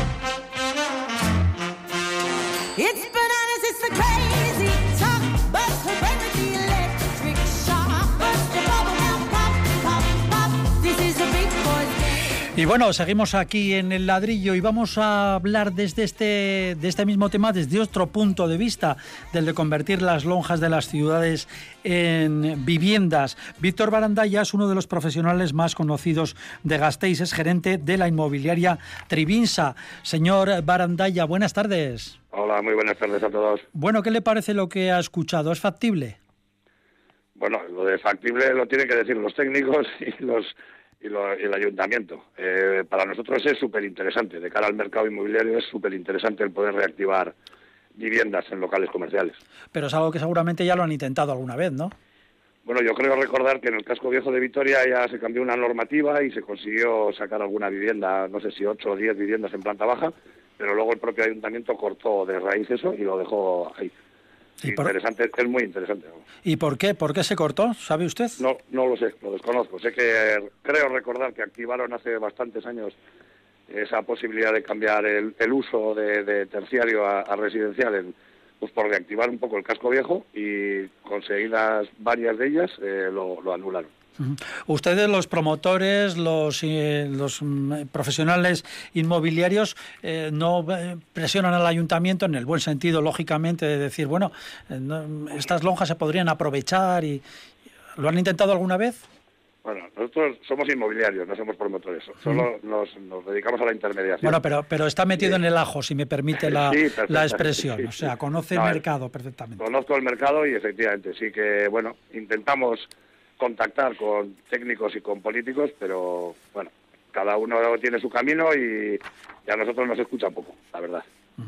It's bananas, it's the crazy talk. But hooray the electric shock. Bust the bubble now, pop, pop, pop. This is a big boy's game. Y bueno, seguimos aquí en El Ladrillo y vamos a hablar de este mismo tema desde otro punto de vista, del de convertir las lonjas de las ciudades en viviendas. Víctor Barandalla es uno de los profesionales más conocidos de Gasteiz, es gerente de la inmobiliaria Trivinsa. Señor Barandalla, buenas tardes. Hola, muy buenas tardes a todos. Bueno, ¿qué le parece lo que ha escuchado? ¿Es factible? Bueno, lo de factible lo tienen que decir los técnicos y el ayuntamiento. Para nosotros es súper interesante. De cara al mercado inmobiliario es súper interesante el poder reactivar viviendas en locales comerciales. Pero es algo que seguramente ya lo han intentado alguna vez, ¿no? Bueno, yo creo recordar que en el casco viejo de Vitoria ya se cambió una normativa y se consiguió sacar alguna vivienda, no sé si 8 o 10 viviendas en planta baja, pero luego el propio ayuntamiento cortó de raíz eso y lo dejó ahí. Interesante, es muy interesante. ¿Y por qué? ¿Por qué se cortó? ¿Sabe usted? No lo sé, lo desconozco. Sé que creo recordar que activaron hace bastantes años esa posibilidad de cambiar el uso de terciario a residencial, pues por reactivar un poco el casco viejo, y conseguidas varias de ellas lo anularon. Ustedes, los promotores, los profesionales inmobiliarios, no presionan al ayuntamiento en el buen sentido, lógicamente, de decir, bueno, estas lonjas se podrían aprovechar. Y ¿lo han intentado alguna vez? Bueno, nosotros somos inmobiliarios, no somos promotores, solo nos dedicamos a la intermediación. Bueno, pero está metido en el ajo, si me permite la expresión, sí. O sea, conoce el mercado perfectamente. Conozco el mercado y efectivamente, sí que, bueno, intentamos contactar con técnicos y con políticos, pero bueno, cada uno tiene su camino y a nosotros nos escucha poco, la verdad.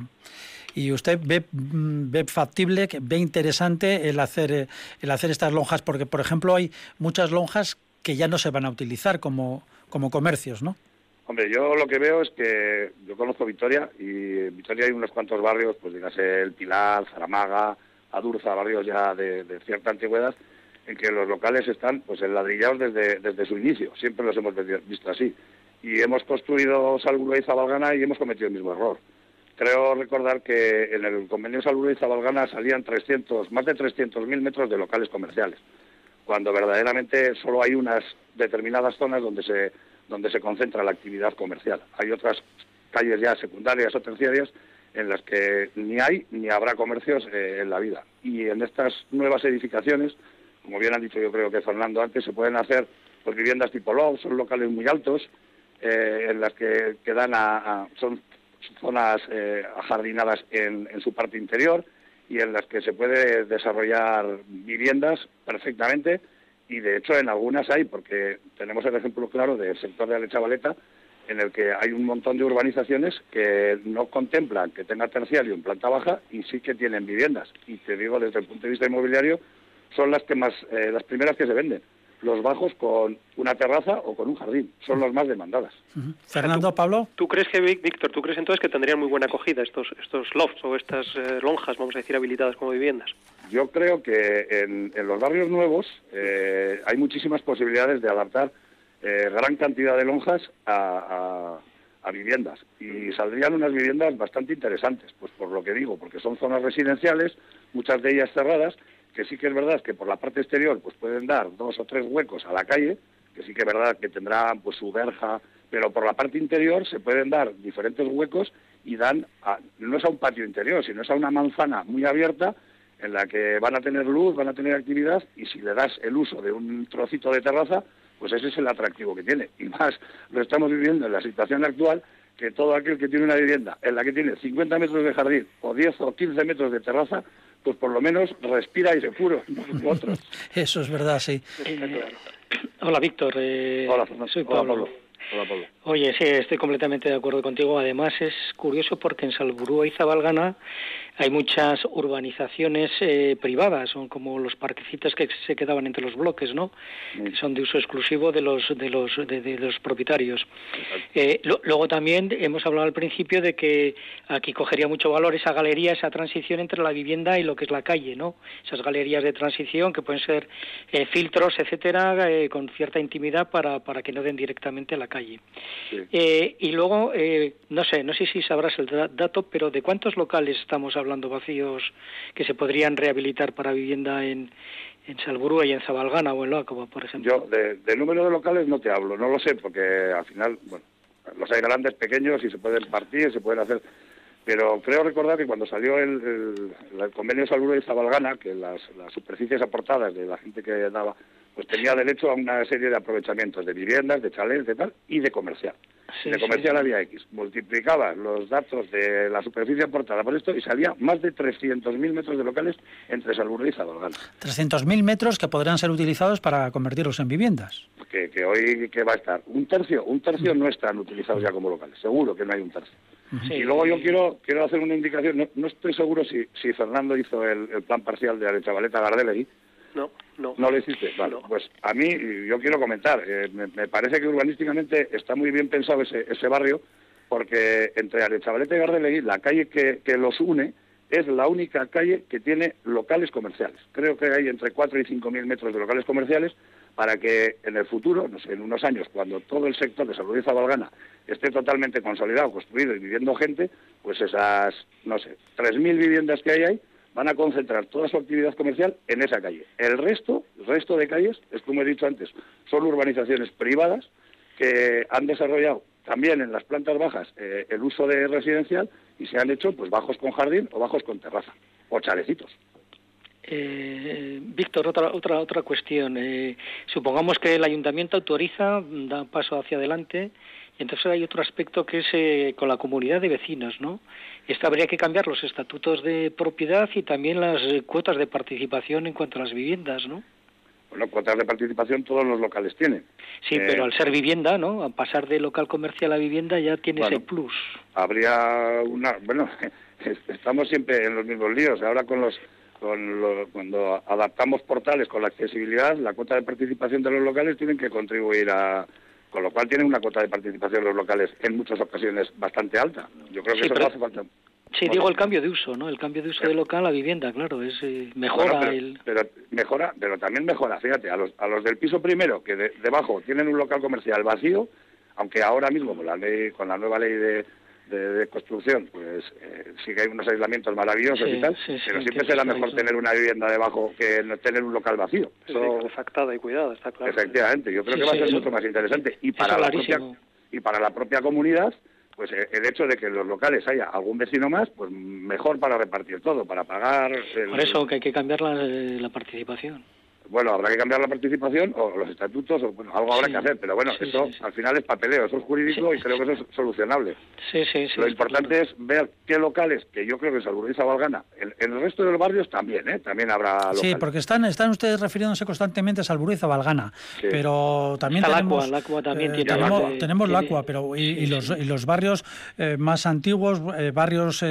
¿Y usted ve factible, ve interesante el hacer estas lonjas? Porque, por ejemplo, hay muchas lonjas que ya no se van a utilizar como comercios, ¿no? Hombre, yo lo que veo es que yo conozco Vitoria, y en Vitoria hay unos cuantos barrios, pues dígase El Pilar, Zaramaga, Adurza, barrios ya de cierta antigüedad, en que los locales están pues enladrillados desde su inicio. Siempre los hemos visto así. Y hemos construido Salburua y Zabalgana y hemos cometido el mismo error. Creo recordar que en el convenio Salburua y Zabalgana salían más de 300.000 metros de locales comerciales. cuando verdaderamente solo hay unas determinadas zonas donde se concentra la actividad comercial. Hay otras calles ya secundarias o terciarias en las que ni hay ni habrá comercios en la vida. Y en estas nuevas edificaciones, como bien han dicho yo creo que Fernando antes, se pueden hacer pues viviendas tipo loft, son locales muy altos, en las que dan son zonas ajardinadas en su parte interior y en las que se puede desarrollar viviendas perfectamente, y de hecho en algunas hay, porque tenemos el ejemplo claro del sector de Arechavaleta, en el que hay un montón de urbanizaciones que no contemplan que tenga terciario en planta baja y sí que tienen viviendas. Y te digo, desde el punto de vista inmobiliario, son las primeras que se venden. Los bajos con una terraza o con un jardín son los más demandadas. Fernando, Pablo. ¿Tú crees que, Víctor, entonces que tendrían muy buena acogida estos lofts o estas lonjas, vamos a decir, habilitadas como viviendas? Yo creo que en los barrios nuevos hay muchísimas posibilidades de adaptar gran cantidad de lonjas a viviendas, y saldrían unas viviendas bastante interesantes, pues por lo que digo, porque son zonas residenciales, muchas de ellas cerradas, que sí que es verdad que por la parte exterior pues pueden dar 2 o 3 huecos a la calle, que sí que es verdad que tendrán pues su verja, pero por la parte interior se pueden dar diferentes huecos y no es a un patio interior, sino es a una manzana muy abierta en la que van a tener luz, van a tener actividad, y si le das el uso de un trocito de terraza, pues ese es el atractivo que tiene. Y más lo estamos viviendo en la situación actual, que todo aquel que tiene una vivienda en la que tiene 50 metros de jardín o 10 o 15 metros de terraza, pues por lo menos respira aire puro, no otros. Eso es verdad, sí. Hola, Víctor. Hola, Fernando. Soy Pablo. Hola, Pablo. Oye, sí, estoy completamente de acuerdo contigo. Además, es curioso porque en Salburua y Zabalgana hay muchas urbanizaciones privadas, son como los parquecitos que se quedaban entre los bloques, ¿no? Sí. Que son de uso exclusivo de los propietarios. Luego también hemos hablado al principio de que aquí cogería mucho valor esa galería, esa transición entre la vivienda y lo que es la calle, ¿no? Esas galerías de transición que pueden ser filtros, etcétera, con cierta intimidad para que no den directamente a la calle. Sí. Y luego, no sé si sabrás el dato, pero ¿de cuántos locales estamos hablando vacíos que se podrían rehabilitar para vivienda en Salburua y en Zabalgana o en Loacoba, por ejemplo? Yo, del número de locales no te hablo, no lo sé, porque al final, bueno, los hay grandes, pequeños, y se pueden partir, se pueden hacer, pero creo recordar que cuando salió el convenio de Salburua y Zabalgana, que las superficies aportadas de la gente que daba, pues tenía derecho a una serie de aprovechamientos de viviendas, de chalets, de tal, y de comercial. Sí, de comercial había X. Multiplicaba los datos de la superficie aportada por esto y salía más de 300.000 metros de locales entre Salburua y Zabalgana. 300.000 metros que podrán ser utilizados para convertirlos en viviendas. Que hoy que va a estar un tercio no están utilizados ya como locales. Seguro que no hay un tercio. Sí, y luego yo quiero hacer una indicación. No estoy seguro si Fernando hizo el plan parcial de Arechavaleta-Gardelegui. No lo hiciste. Vale, no. Pues a mí, yo quiero comentar, me parece que urbanísticamente está muy bien pensado ese barrio, porque entre Arechavaleta y Gardelegui, la calle que los une es la única calle que tiene locales comerciales. Creo que hay entre 4 y 5.000 metros de locales comerciales para que en el futuro, no sé, en unos años, cuando todo el sector de Salburua y Zabalgana esté totalmente consolidado, construido y viviendo gente, pues esas, no sé, 3.000 viviendas que hay ahí, van a concentrar toda su actividad comercial en esa calle. El resto de calles, es como he dicho antes, son urbanizaciones privadas que han desarrollado también en las plantas bajas el uso de residencial y se han hecho pues bajos con jardín o bajos con terraza o chalecitos. Víctor, otra cuestión. Supongamos que el ayuntamiento autoriza, da paso hacia adelante. Entonces hay otro aspecto que es con la comunidad de vecinos, ¿no? Habría que cambiar los estatutos de propiedad y también las cuotas de participación en cuanto a las viviendas, ¿no? Bueno, cuotas de participación todos los locales tienen. Sí, pero al ser vivienda, ¿no? A pasar de local comercial a vivienda ya tiene ese plus. Habría estamos siempre en los mismos líos. Ahora cuando adaptamos portales con la accesibilidad, la cuota de participación de los locales tienen que contribuir con lo cual tienen una cuota de participación los locales en muchas ocasiones bastante alta. Yo creo que eso no hace falta. Sí, digo el cambio de uso, ¿no? El cambio de uso de local a vivienda, claro, mejora pero también mejora, fíjate, a los del piso primero, que debajo tienen un local comercial vacío, aunque ahora mismo con la nueva ley de de construcción, pues sí que hay unos aislamientos maravillosos y tal, pero siempre será mejor tener una vivienda debajo que no tener un local vacío. Calefactada y cuidada, está claro. Efectivamente, yo creo que va a ser mucho más interesante. Y para la propia comunidad, pues el hecho de que en los locales haya algún vecino más, pues mejor para repartir todo, para pagar... Por eso que hay que cambiar la participación. Bueno, habrá que cambiar la participación o los estatutos, o bueno, algo habrá que hacer, pero bueno, eso al final es papeleo, eso es jurídico y creo que eso es solucionable. Lo importante es ver qué locales, que yo creo que en Salburguesa o Valgana, en el resto de los barrios también, también habrá locales. Sí, porque están ustedes refiriéndose constantemente a Salburguesa o Valgana, pero también tenemos el Aqua también tenemos el Aqua, pero y los barrios más antiguos, barrios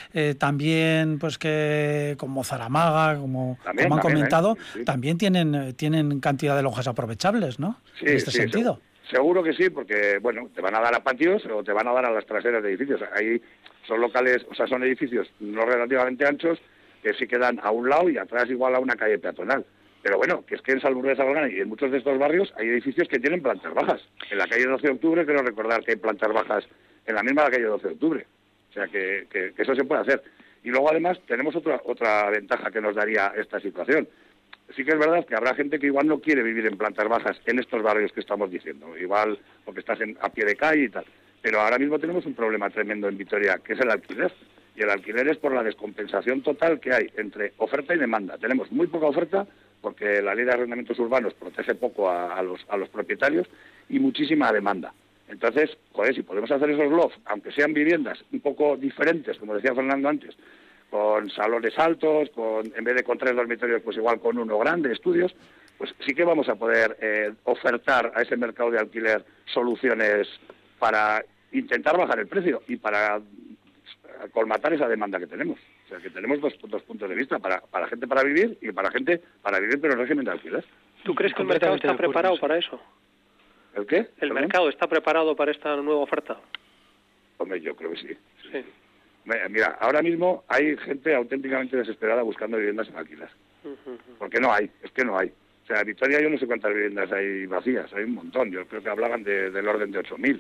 también pues que como Zaramaga, como han comentado, también tienen cantidad de lonjas aprovechables, ¿no? Sí, en este sentido. Seguro que sí, porque, bueno, te van a dar a patios o te van a dar a las traseras de edificios. Ahí son locales, o sea, son edificios no relativamente anchos que sí quedan a un lado y atrás igual a una calle peatonal. Pero bueno, que es que en Salburguesa Valgana y en muchos de estos barrios hay edificios que tienen plantas bajas. En la calle 12 de octubre creo recordar que hay plantas bajas en la misma calle 12 de octubre. O sea, que eso se puede hacer. Y luego además tenemos otra ventaja que nos daría esta situación. Sí que es verdad que habrá gente que igual no quiere vivir en plantas bajas en estos barrios que estamos diciendo, igual porque estás a pie de calle y tal. Pero ahora mismo tenemos un problema tremendo en Vitoria, que es el alquiler. Y el alquiler es por la descompensación total que hay entre oferta y demanda. Tenemos muy poca oferta porque la ley de arrendamientos urbanos protege poco a los propietarios y muchísima demanda. Entonces, joder, si podemos hacer esos lofts, aunque sean viviendas un poco diferentes, como decía Fernando antes, con salones altos, en vez de con 3 dormitorios, pues igual con uno grande, estudios, pues sí que vamos a poder ofertar a ese mercado de alquiler soluciones para intentar bajar el precio y para colmatar esa demanda que tenemos. O sea, que tenemos dos puntos de vista, para gente para vivir y para gente para vivir pero en régimen de alquiler. ¿Tú crees que el mercado está preparado para eso? ¿El qué? ¿El mercado está preparado para esta nueva oferta? Hombre, yo creo que sí. Mira, ahora mismo hay gente auténticamente desesperada buscando viviendas en alquiler. Porque no hay, es que no hay. O sea, en Vitoria yo no sé cuántas viviendas hay vacías, hay un montón. Yo creo que hablaban del orden de 8.000.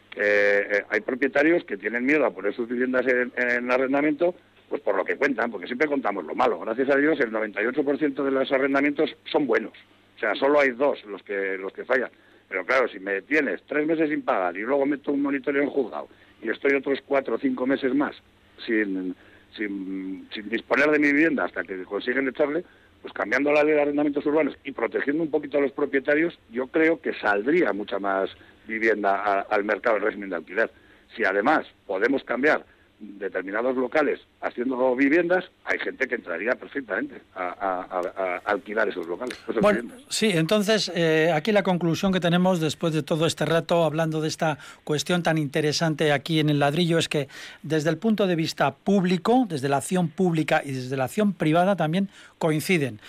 Hay propietarios que tienen miedo a poner sus viviendas en arrendamiento, pues por lo que cuentan, porque siempre contamos lo malo. Gracias a Dios, el 98% de los arrendamientos son buenos. O sea, solo hay 2 los que fallan. Pero claro, si me tienes 3 meses sin pagar y luego meto un monitoreo en juzgado y estoy otros 4 o 5 meses más sin disponer de mi vivienda hasta que consiguen echarle, pues cambiando la ley de arrendamientos urbanos y protegiendo un poquito a los propietarios, yo creo que saldría mucha más vivienda al mercado del régimen de alquiler. Si además podemos cambiar determinados locales haciendo viviendas, hay gente que entraría perfectamente a alquilar esos locales. Bueno, sí, entonces aquí la conclusión que tenemos después de todo este rato hablando de esta cuestión tan interesante aquí en El Ladrillo es que desde el punto de vista público, desde la acción pública y desde la acción privada también coinciden,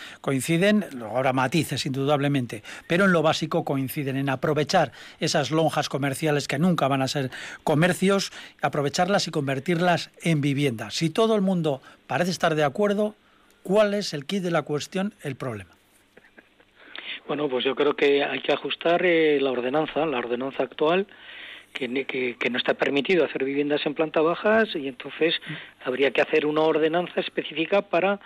habrá matices indudablemente, pero en lo básico coinciden en aprovechar esas lonjas comerciales que nunca van a ser comercios, aprovecharlas y convertirlas en vivienda. Si todo el mundo parece estar de acuerdo, ¿cuál es el quid de la cuestión, el problema? Bueno, pues yo creo que hay que ajustar la ordenanza actual, que no está permitido hacer viviendas en planta bajas, y entonces habría que hacer una ordenanza específica para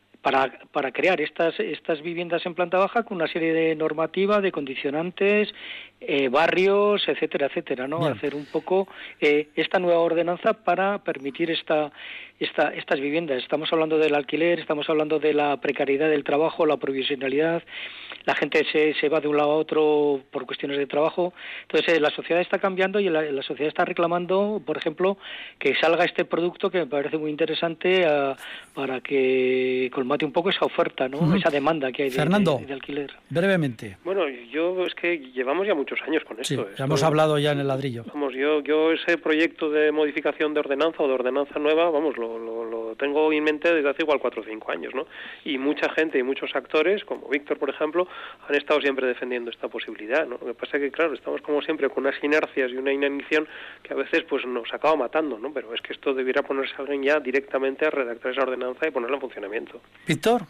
crear estas viviendas en planta baja con una serie de normativa, de condicionantes, barrios, etcétera, ¿no? Bien. Hacer un poco esta nueva ordenanza para permitir estas viviendas. Estamos hablando del alquiler, estamos hablando de la precariedad del trabajo, la provisionalidad. La gente se va de un lado a otro por cuestiones de trabajo. Entonces la sociedad está cambiando y la sociedad está reclamando, por ejemplo, que salga este producto que me parece muy interesante para que colmate un poco esa oferta, ¿no? Esa demanda que hay Fernando, de alquiler. Brevemente. Bueno, es que llevamos ya muchos años con esto. Sí, ya hemos hablado ya en El Ladrillo. Vamos, yo ese proyecto de modificación de ordenanza o de ordenanza nueva, vamos, lo tengo en mente desde hace igual 4 o 5 años, ¿no? Y mucha gente y muchos actores, como Víctor, por ejemplo, han estado siempre defendiendo esta posibilidad, ¿no? Lo que pasa es que, claro, estamos como siempre con unas inercias y una inanición que a veces pues nos acaba matando, ¿no? Pero es que esto debiera ponerse alguien ya directamente a redactar esa ordenanza y ponerla en funcionamiento. Víctor.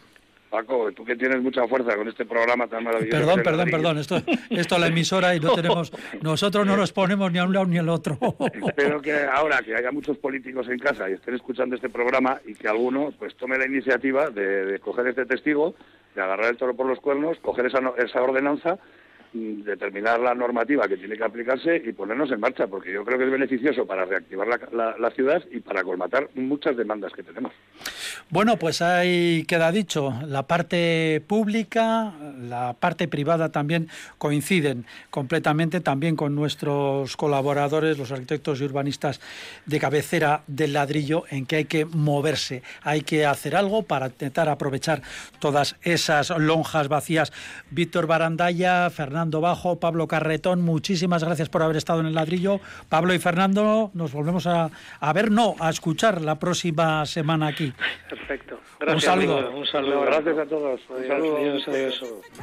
Paco, tú que tienes mucha fuerza con este programa tan maravilloso. Perdón. Esto es la emisora y no tenemos... Nosotros no nos ponemos ni a un lado ni al otro. Espero que ahora que haya muchos políticos en casa y estén escuchando este programa y que alguno pues tome la iniciativa de coger este testigo, de agarrar el toro por los cuernos, coger esa ordenanza, determinar la normativa que tiene que aplicarse y ponernos en marcha, porque yo creo que es beneficioso para reactivar la ciudad y para colmatar muchas demandas que tenemos. Bueno, pues ahí queda dicho, la parte pública, la parte privada también coinciden completamente también con nuestros colaboradores, los arquitectos y urbanistas de cabecera del ladrillo, en que hay que moverse, hay que hacer algo para intentar aprovechar todas esas lonjas vacías. Víctor Barandalla, Fernando Bajo, Pablo Carretón, muchísimas gracias por haber estado en el ladrillo. Pablo y Fernando, nos volvemos a escuchar la próxima semana aquí. Perfecto. Gracias. Un saludo. Gracias a todos. Un saludo. Adiós.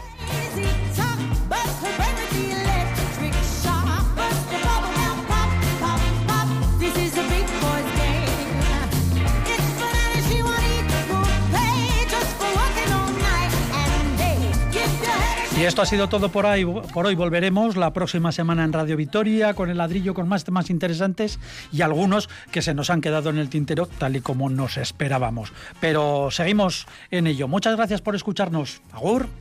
Y esto ha sido todo por hoy. Volveremos la próxima semana en Radio Vitoria con el ladrillo, con más temas interesantes y algunos que se nos han quedado en el tintero tal y como nos esperábamos. Pero seguimos en ello. Muchas gracias por escucharnos. Agur.